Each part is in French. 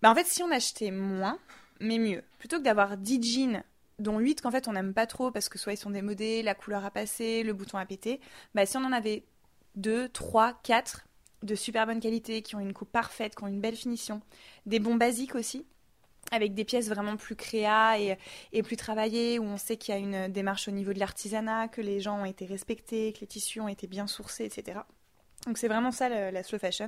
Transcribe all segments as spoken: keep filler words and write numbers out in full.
Bah, en fait, si on achetait moins, mais mieux, plutôt que d'avoir dix jeans, dont huit qu'en fait on n'aime pas trop parce que soit ils sont démodés, la couleur a passé, le bouton a pété, bah, si on en avait deux, trois, quatre de super bonne qualité, qui ont une coupe parfaite, qui ont une belle finition, des bons basiques aussi, avec des pièces vraiment plus créa et, et plus travaillées, où on sait qu'il y a une démarche au niveau de l'artisanat, que les gens ont été respectés, que les tissus ont été bien sourcés, et cetera. Donc c'est vraiment ça la, la slow fashion.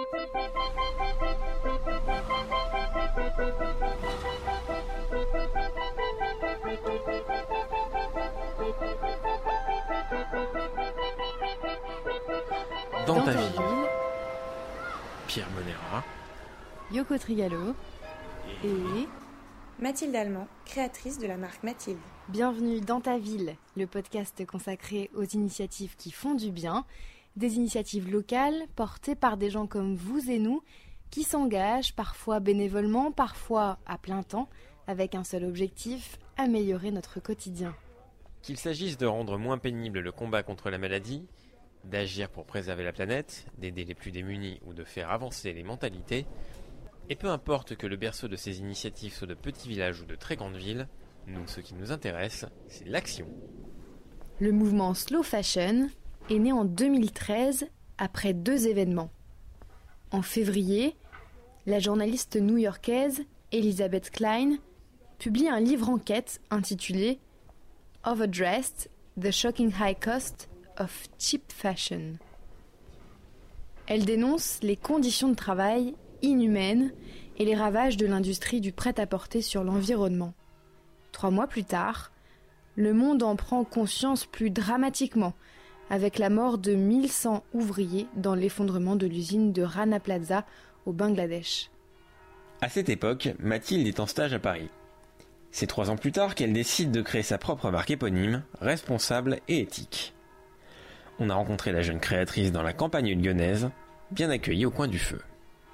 Dans, Dans ta, ta ville, ville, Pierre Monera, Yoko Trigalo et... et Mathilde Allemand, créatrice de la marque Mathilde. Bienvenue dans ta ville, le podcast consacré aux initiatives qui font du bien, des initiatives locales portées par des gens comme vous et nous, qui s'engagent parfois bénévolement, parfois à plein temps, avec un seul objectif, améliorer notre quotidien. Qu'il s'agisse de rendre moins pénible le combat contre la maladie, d'agir pour préserver la planète, d'aider les plus démunis ou de faire avancer les mentalités, et peu importe que le berceau de ces initiatives soit de petits villages ou de très grandes villes, nous, ce qui nous intéresse, c'est l'action. Le mouvement Slow Fashion est né en deux mille treize après deux événements. En février, la journaliste new-yorkaise Elizabeth Klein publie un livre-enquête intitulé « Overdressed, the shocking high cost of cheap fashion ». Elle dénonce les conditions de travail inhumaines et les ravages de l'industrie du prêt-à-porter sur l'environnement. Trois mois plus tard, le monde en prend conscience plus dramatiquement, avec la mort de mille cent ouvriers dans l'effondrement de l'usine de Rana Plaza au Bangladesh. À cette époque, Mathilde est en stage à Paris. C'est trois ans plus tard qu'elle décide de créer sa propre marque éponyme, responsable et éthique. On a rencontré la jeune créatrice dans la campagne lyonnaise, bien accueillie au coin du feu.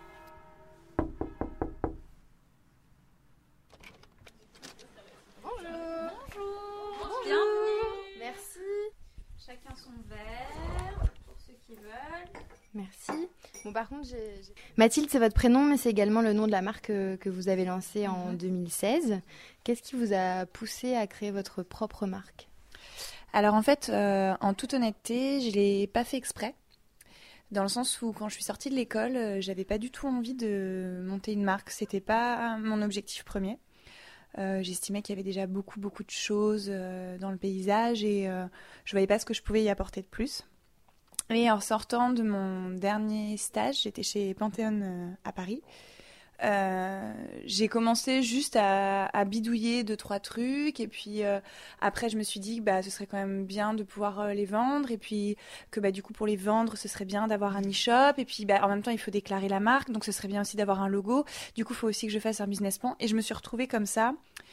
Merci. Bon, par contre, j'ai, j'ai... Mathilde, c'est votre prénom, mais c'est également le nom de la marque que, que vous avez lancée en deux mille seize. Qu'est-ce qui vous a poussé à créer votre propre marque ? Alors en fait, euh, en toute honnêteté, je ne l'ai pas fait exprès. Dans le sens où quand je suis sortie de l'école, euh, j'avais pas du tout envie de monter une marque. C'était pas mon objectif premier. Euh, j'estimais qu'il y avait déjà beaucoup, beaucoup de choses euh, dans le paysage et euh, je voyais pas ce que je pouvais y apporter de plus. Et en sortant de mon dernier stage, j'étais chez Panthéon euh, à Paris. Euh, j'ai commencé juste à, à bidouiller deux, trois trucs. Et puis euh, après, je me suis dit que bah, ce serait quand même bien de pouvoir euh, les vendre. Et puis que bah, du coup, pour les vendre, ce serait bien d'avoir un e-shop. Et puis bah, en même temps, il faut déclarer la marque. Donc ce serait bien aussi d'avoir un logo. Du coup, il faut aussi que je fasse un business plan. Et je me suis retrouvée comme ça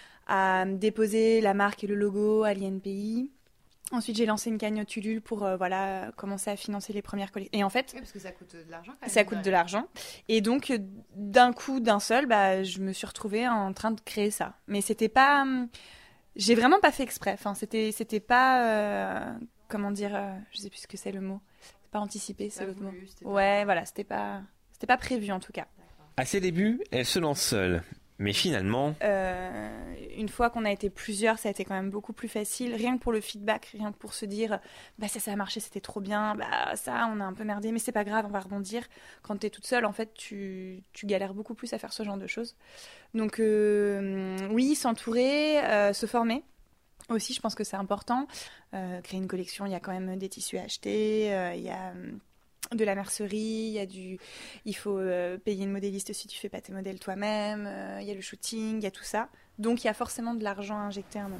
à déposer la marque et le logo à l'I N P I. Ensuite, j'ai lancé une cagnotte Ulule pour euh, voilà, commencer à financer les premières collections. Et en fait, oui, parce que ça coûte de l'argent. Quand même, ça coûte de l'argent. Et donc, d'un coup, d'un seul, bah, je me suis retrouvée en train de créer ça. Mais c'était pas, hum, j'ai vraiment pas fait exprès. Enfin, c'était, c'était pas, euh, comment dire, euh, je sais plus ce que c'est le mot. C'est pas anticipé, c'est, c'est l'autre voulu, mot. Ouais, pas... voilà, c'était pas, c'était pas prévu en tout cas. À ses débuts, elle se lance seule. Mais finalement... Euh, une fois qu'on a été plusieurs, ça a été quand même beaucoup plus facile. Rien que pour le feedback, rien que pour se dire bah ça, ça a marché, c'était trop bien. Bah ça, on a un peu merdé, mais c'est pas grave, on va rebondir. Quand t'es toute seule, en fait, tu, tu galères beaucoup plus à faire ce genre de choses. Donc euh, oui, s'entourer, euh, se former. Aussi, je pense que c'est important. Euh, créer une collection, il y a quand même des tissus à acheter, euh, il y a... de la mercerie, il y a du, il faut euh, payer une modéliste si tu fais pas tes modèles toi-même, euh, il y a le shooting, il y a tout ça. Donc il y a forcément de l'argent à injecter à un moment.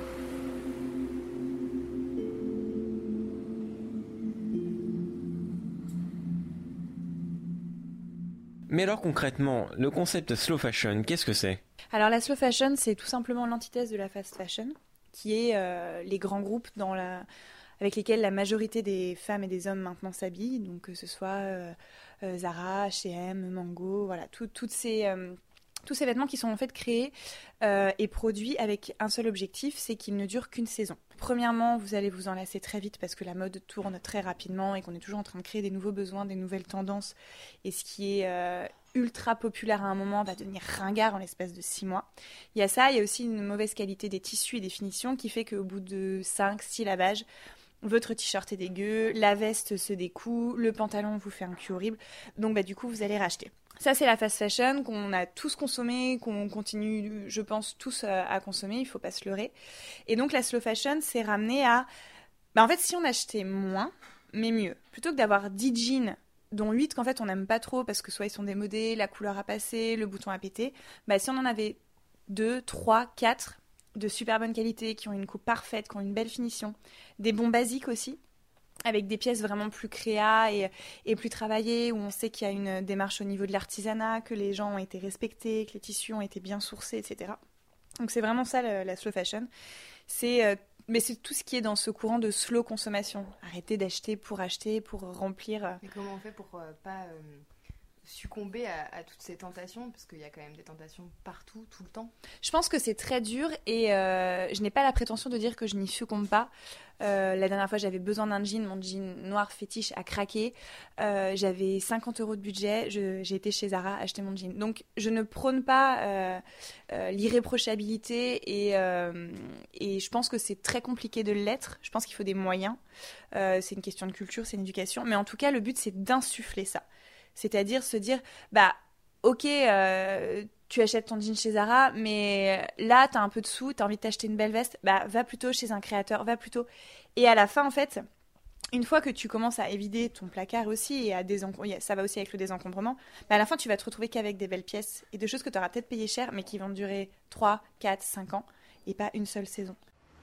Mais alors concrètement, le concept slow fashion, qu'est-ce que c'est ? Alors la slow fashion, c'est tout simplement l'antithèse de la fast fashion, qui est euh, les grands groupes dans la... avec lesquels la majorité des femmes et des hommes maintenant s'habillent, donc que ce soit euh, euh, Zara, H et M, Mango, voilà, tout, toutes ces, euh, Tous ces vêtements qui sont en fait créés euh, et produits avec un seul objectif, c'est qu'ils ne durent qu'une saison. Premièrement, vous allez vous en lasser très vite parce que la mode tourne très rapidement et qu'on est toujours en train de créer des nouveaux besoins, des nouvelles tendances. Et ce qui est euh, ultra populaire à un moment va devenir ringard en l'espace de six mois. Il y a ça, il y a aussi une mauvaise qualité des tissus et des finitions qui fait qu'au bout de cinq six lavages, votre t-shirt est dégueu, la veste se découd, le pantalon vous fait un cul horrible. Donc bah, du coup, vous allez racheter. Ça, c'est la fast fashion qu'on a tous consommé, qu'on continue, je pense, tous à consommer, il ne faut pas se leurrer. Et donc, la slow fashion, c'est ramené à... Bah, en fait, si on achetait moins, mais mieux, plutôt que d'avoir dix jeans, dont huit qu'en fait, on n'aime pas trop parce que soit ils sont démodés, la couleur a passé, le bouton a pété, bah, si on en avait deux, trois, quatre de super bonne qualité, qui ont une coupe parfaite, qui ont une belle finition, des bons basiques aussi, avec des pièces vraiment plus créa et, et plus travaillées, où on sait qu'il y a une démarche au niveau de l'artisanat, que les gens ont été respectés, que les tissus ont été bien sourcés, et cetera. Donc c'est vraiment ça la, la slow fashion. C'est, euh, mais c'est tout ce qui est dans ce courant de slow consommation. Arrêter d'acheter pour acheter, pour remplir. Euh... Mais comment on fait pour euh, pas euh, succomber à, à toutes ces tentations, parce qu'il y a quand même des tentations partout, tout le temps? Je pense que c'est très dur et euh, je n'ai pas la prétention de dire que je n'y succombe pas. Euh, la dernière fois, j'avais besoin d'un jean, mon jean noir fétiche a craqué. Euh, j'avais cinquante euros de budget, je, j'ai été chez Zara acheter mon jean. Donc, je ne prône pas euh, euh, l'irréprochabilité et, euh, et je pense que c'est très compliqué de l'être. Je pense qu'il faut des moyens. Euh, c'est une question de culture, c'est une éducation. Mais en tout cas, le but, c'est d'insuffler ça. C'est-à-dire se dire, bah, ok, euh, tu achètes ton jean chez Zara, mais là, tu as un peu de sous, tu as envie de t'acheter une belle veste, bah, va plutôt chez un créateur, va plutôt. Et à la fin, en fait, une fois que tu commences à évider ton placard aussi, et à désencom... ça va aussi avec le désencombrement, bah, à la fin, tu vas te retrouver qu'avec des belles pièces et des choses que tu auras peut-être payées cher, mais qui vont durer trois, quatre, cinq ans, et pas une seule saison.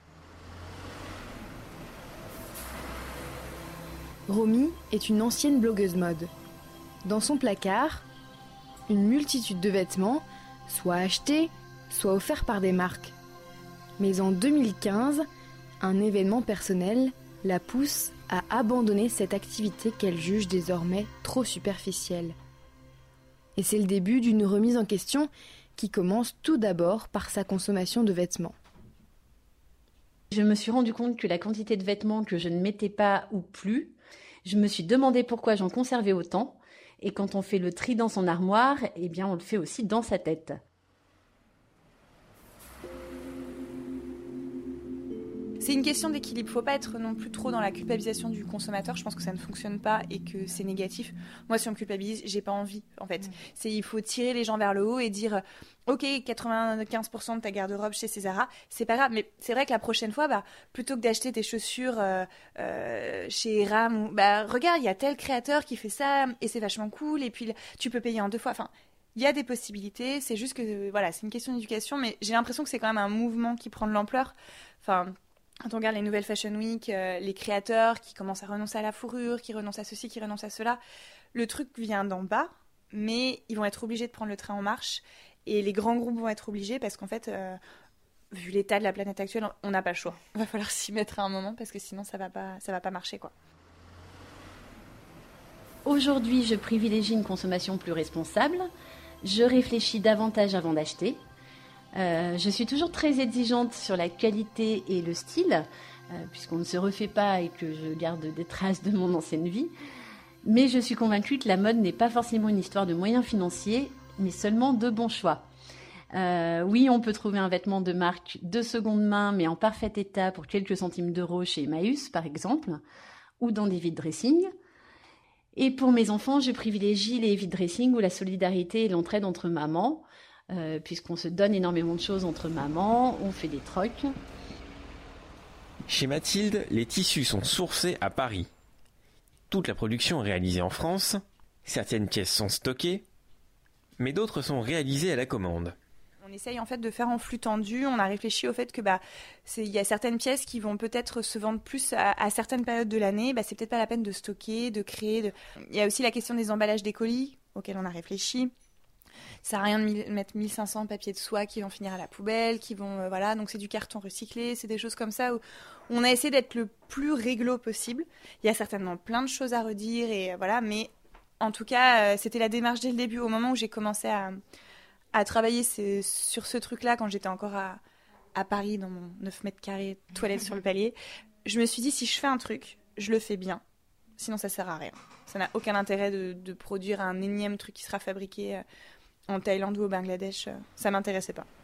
Romy est une ancienne blogueuse mode. Dans son placard, une multitude de vêtements, soit achetés, soit offerts par des marques. Mais en deux mille quinze, un événement personnel la pousse à abandonner cette activité qu'elle juge désormais trop superficielle. Et c'est le début d'une remise en question qui commence tout d'abord par sa consommation de vêtements. Je me suis rendu compte que la quantité de vêtements que je ne mettais pas ou plus, je me suis demandé pourquoi j'en conservais autant. Et quand on fait le tri dans son armoire, eh bien on le fait aussi dans sa tête. C'est une question d'équilibre. Il ne faut pas être non plus trop dans la culpabilisation du consommateur. Je pense que ça ne fonctionne pas et que c'est négatif. Moi, si on me culpabilise, j'ai pas envie, en fait. Mmh. C'est, il faut tirer les gens vers le haut et dire « Ok, quatre-vingt-quinze pour cent de ta garde-robe chez Zara, c'est pas grave. » Mais c'est vrai que la prochaine fois, bah, plutôt que d'acheter tes chaussures euh, euh, chez Ram, bah, regarde, il y a tel créateur qui fait ça et c'est vachement cool. Et puis, tu peux payer en deux fois. Enfin, il y a des possibilités. C'est juste que, voilà, c'est une question d'éducation. Mais j'ai l'impression que c'est quand même un mouvement qui prend de l'ampleur. Enfin... Quand on regarde les nouvelles Fashion Week, euh, les créateurs qui commencent à renoncer à la fourrure, qui renoncent à ceci, qui renoncent à cela, le truc vient d'en bas, mais ils vont être obligés de prendre le train en marche et les grands groupes vont être obligés parce qu'en fait, euh, vu l'état de la planète actuelle, on n'a pas le choix. Il va falloir s'y mettre à un moment parce que sinon ça va pas, ça va pas marcher, quoi. Aujourd'hui, je privilégie une consommation plus responsable. Je réfléchis davantage avant d'acheter. Euh, je suis toujours très exigeante sur la qualité et le style, euh, puisqu'on ne se refait pas et que je garde des traces de mon ancienne vie. Mais je suis convaincue que la mode n'est pas forcément une histoire de moyens financiers, mais seulement de bons choix. Euh, oui, on peut trouver un vêtement de marque de seconde main, mais en parfait état pour quelques centimes d'euros chez Emmaüs, par exemple, ou dans des vide dressing. Et pour mes enfants, je privilégie les vide dressing où la solidarité et l'entraide entre mamans, Euh, puisqu'on se donne énormément de choses entre mamans, on fait des trocs. Chez Mathilde, les tissus sont sourcés à Paris. Toute la production est réalisée en France, certaines pièces sont stockées, mais d'autres sont réalisées à la commande. On essaye en fait de faire en flux tendu. On a réfléchi au fait que bah c'est, y a certaines pièces qui vont peut-être se vendre plus à, à certaines périodes de l'année. Bah c'est peut-être pas la peine de stocker, de créer. De... Il y a aussi la question des emballages des colis auxquels on a réfléchi. Ça sert à rien de mettre mille cinq cents papiers de soie qui vont finir à la poubelle, qui vont euh, voilà. Donc c'est du carton recyclé, c'est des choses comme ça où on a essayé d'être le plus réglo possible. Il y a certainement plein de choses à redire et euh, voilà, mais en tout cas euh, c'était la démarche dès le début. Au moment où j'ai commencé à à travailler ce, sur ce truc-là quand j'étais encore à, à Paris, dans mon neuf mètres carrés, toilette sur le palier. Je me suis dit, si je fais un truc, je le fais bien. Sinon, ça sert à rien. Ça n'a aucun intérêt de, de produire un énième truc qui sera fabriqué euh, en Thaïlande ou au Bangladesh. Euh, ça m'intéressait pas.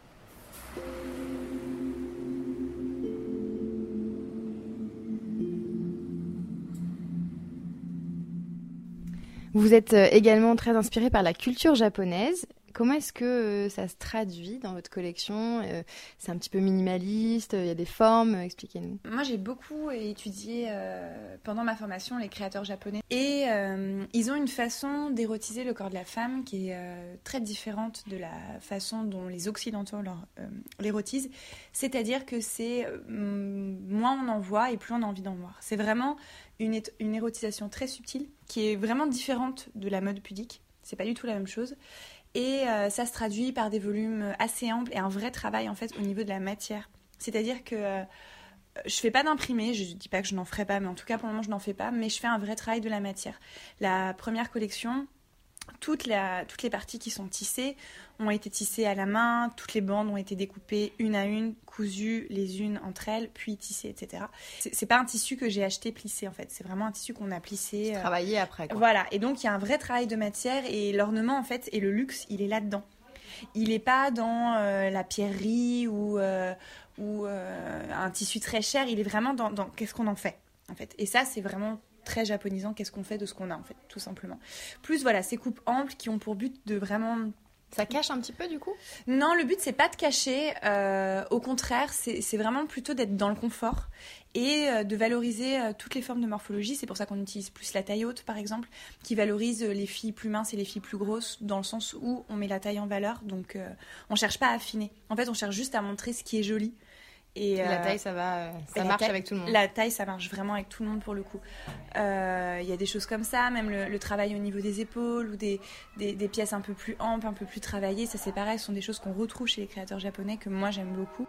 Vous êtes également très inspiré par la culture japonaise. Comment est-ce que ça se traduit dans votre collection ? C'est un petit peu minimaliste, il y a des formes, expliquez-nous. Moi, j'ai beaucoup étudié euh, pendant ma formation les créateurs japonais. Et euh, ils ont une façon d'érotiser le corps de la femme qui est euh, très différente de la façon dont les Occidentaux leur, euh, l'érotisent. C'est-à-dire que c'est euh, moins on en voit et plus on a envie d'en voir. C'est vraiment une, é- une érotisation très subtile qui est vraiment différente de la mode pudique. C'est pas du tout la même chose. Et euh, ça se traduit par des volumes assez amples et un vrai travail en fait au niveau de la matière. C'est-à-dire que euh, je fais pas d'imprimé, je dis pas que je n'en ferai pas, mais en tout cas pour le moment je n'en fais pas, mais je fais un vrai travail de la matière. La première collection, toutes, la, toutes les parties qui sont tissées ont été tissées à la main, toutes les bandes ont été découpées une à une, cousues les unes entre elles, puis tissées, et cetera. C'est, c'est pas un tissu que j'ai acheté plissé en fait, c'est vraiment un tissu qu'on a plissé. Euh... Travaillé après quoi. Voilà, et donc il y a un vrai travail de matière et l'ornement en fait, et le luxe, il est là-dedans. Il n'est pas dans euh, la pierrerie ou, euh, ou euh, un tissu très cher, il est vraiment dans, dans qu'est-ce qu'on en fait en fait. Et ça c'est vraiment très japonisant, qu'est-ce qu'on fait de ce qu'on a en fait, tout simplement. Plus voilà, ces coupes amples qui ont pour but de vraiment... Ça cache un petit peu du coup ? Non, le but c'est pas de cacher, euh, au contraire, c'est, c'est vraiment plutôt d'être dans le confort et euh, de valoriser euh, toutes les formes de morphologie. C'est pour ça qu'on utilise plus la taille haute par exemple, qui valorise les filles plus minces et les filles plus grosses, dans le sens où on met la taille en valeur, donc euh, on cherche pas à affiner. En fait, on cherche juste à montrer ce qui est joli. Et, et euh, la taille, ça va, ça marche taille, avec tout le monde. La taille, ça marche vraiment avec tout le monde pour le coup. Il euh, y a des choses comme ça, même le, le travail au niveau des épaules ou des, des, des pièces un peu plus amples, un peu plus travaillées. Ça, c'est pareil, ce sont des choses qu'on retrouve chez les créateurs japonais que moi j'aime beaucoup.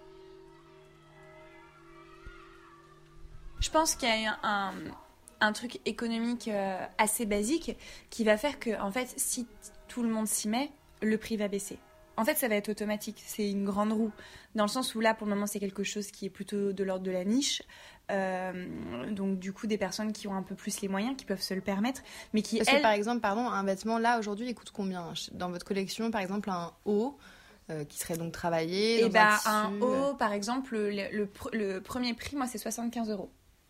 Je pense qu'il y a un, un truc économique euh, assez basique qui va faire que, en fait, si tout le monde s'y met, le prix va baisser. En fait, ça va être automatique. C'est une grande roue. Dans le sens où là, pour le moment, c'est quelque chose qui est plutôt de l'ordre de la niche. Euh, donc, du coup, des personnes qui ont un peu plus les moyens, qui peuvent se le permettre. Mais qui, Parce elles... que, par exemple, pardon, un vêtement, là, aujourd'hui, il coûte combien ? Dans votre collection, par exemple, un haut euh, qui serait donc travaillé dans Et bah, un tissu... un haut, par exemple, le, le, le premier prix, moi, c'est soixante-quinze euros.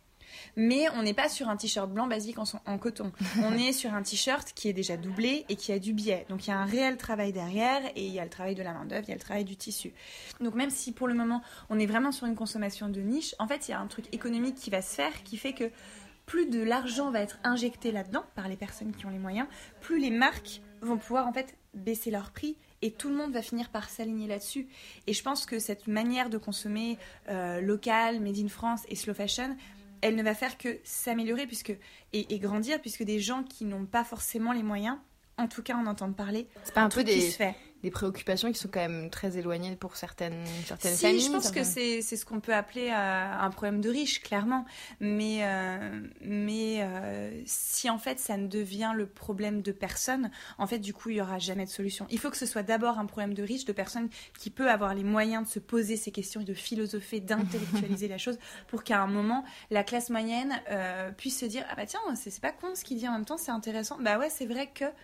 Mais on n'est pas sur un t-shirt blanc basique en, en coton. On est sur un t-shirt qui est déjà doublé et qui a du biais. Donc il y a un réel travail derrière et il y a le travail de la main-d'œuvre, il y a le travail du tissu. Donc même si pour le moment on est vraiment sur une consommation de niche, en fait il y a un truc économique qui va se faire qui fait que plus de l'argent va être injecté là-dedans par les personnes qui ont les moyens, plus les marques vont pouvoir en fait baisser leur prix. Et tout le monde va finir par s'aligner là-dessus. Et je pense que cette manière de consommer euh, local, made in France et slow fashion, elle ne va faire que s'améliorer puisque, et, et grandir, puisque des gens qui n'ont pas forcément les moyens, en tout cas en entendent parler, c'est pas un, un peu truc des, qui se fait. Des préoccupations qui sont quand même très éloignées pour certaines, certaines si, familles. Si, je pense que c'est, c'est ce qu'on peut appeler euh, un problème de riche, clairement. Mais, euh, mais euh, si en fait ça ne devient le problème de personne, en fait du coup il n'y aura jamais de solution. Il faut que ce soit d'abord un problème de riche, de personne qui peut avoir les moyens de se poser ces questions et de philosopher, d'intellectualiser la chose pour qu'à un moment la classe moyenne euh, puisse se dire ah bah tiens c'est, c'est pas con ce qu'il dit en même temps, c'est intéressant. Bah ouais c'est vrai que...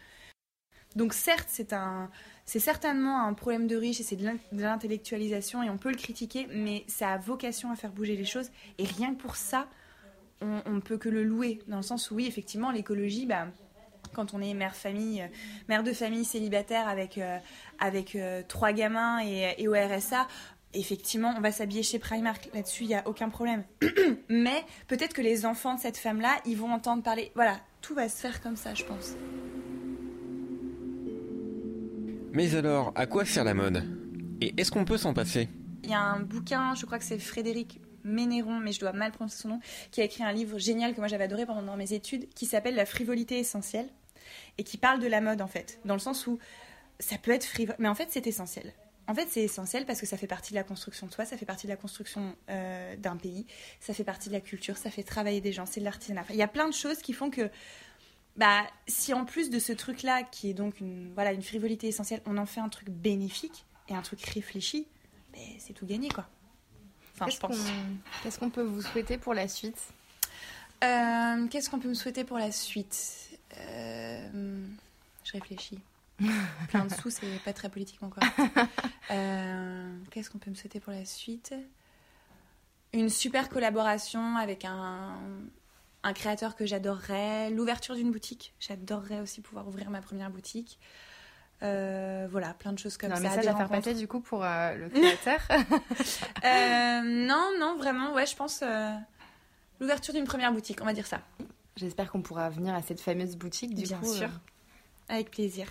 Donc certes, c'est, un, c'est certainement un problème de riche et c'est de l'intellectualisation et on peut le critiquer, mais ça a vocation à faire bouger les choses. Et rien que pour ça, on ne peut que le louer. Dans le sens où oui, effectivement, l'écologie, bah, quand on est mère, famille, mère de famille célibataire avec, euh, avec euh, trois gamins et, et au R S A, effectivement, on va s'habiller chez Primark. Là-dessus, il n'y a aucun problème. Mais peut-être que les enfants de cette femme-là, ils vont entendre parler. Voilà, tout va se faire comme ça, je pense. Mais alors, à quoi sert la mode ? Et est-ce qu'on peut s'en passer ? Il y a un bouquin, je crois que c'est Frédéric Ménéron, mais je dois mal prononcer son nom, qui a écrit un livre génial que moi j'avais adoré pendant mes études, qui s'appelle La frivolité essentielle, et qui parle de la mode en fait, dans le sens où ça peut être frivole, mais en fait c'est essentiel. En fait c'est essentiel parce que ça fait partie de la construction de soi, ça fait partie de la construction euh, d'un pays, ça fait partie de la culture, ça fait travailler des gens, c'est de l'artisanat. Enfin, il y a plein de choses qui font que bah, si en plus de ce truc-là, qui est donc une, voilà, une frivolité essentielle, on en fait un truc bénéfique et un truc réfléchi, bah, c'est tout gagné, quoi. Enfin, Qu'est-ce je pense. qu'on... Qu'est-ce qu'on peut vous souhaiter pour la suite ? Euh, qu'est-ce qu'on peut me souhaiter pour la suite ? euh, Je réfléchis. Plein de sous, c'est pas très politiquement correct. Euh, qu'est-ce qu'on peut me souhaiter pour la suite ? Une super collaboration avec un, un créateur que j'adorerais. L'ouverture d'une boutique. J'adorerais aussi pouvoir ouvrir ma première boutique. Euh, voilà, plein de choses comme un ça. message des à faire rencontres. passer du coup pour euh, le créateur. euh, Non, non, vraiment, ouais, je pense euh, l'ouverture d'une première boutique, on va dire ça. J'espère qu'on pourra venir à cette fameuse boutique du Bien coup. sûr, euh, avec plaisir.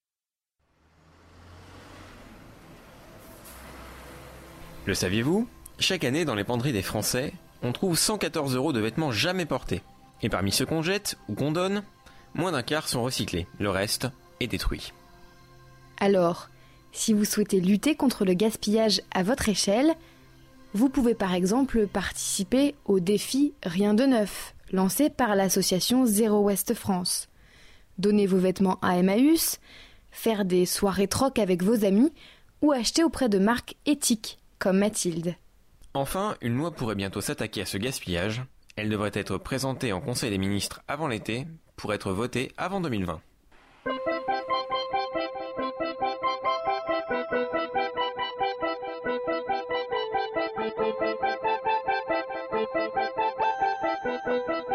Le saviez-vous ? Chaque année, dans les penderies des Français, on trouve cent quatorze euros de vêtements jamais portés. Et parmi ceux qu'on jette ou qu'on donne, moins d'un quart sont recyclés. Le reste est détruit. Alors, si vous souhaitez lutter contre le gaspillage à votre échelle, vous pouvez par exemple participer au défi Rien de neuf, lancé par l'association Zéro Waste France. Donner vos vêtements à Emmaüs, faire des soirées troc avec vos amis ou acheter auprès de marques éthiques, comme Mathilde. Enfin, une loi pourrait bientôt s'attaquer à ce gaspillage. Elle devrait être présentée en Conseil des ministres avant l'été pour être votée avant deux mille vingt. Thank you.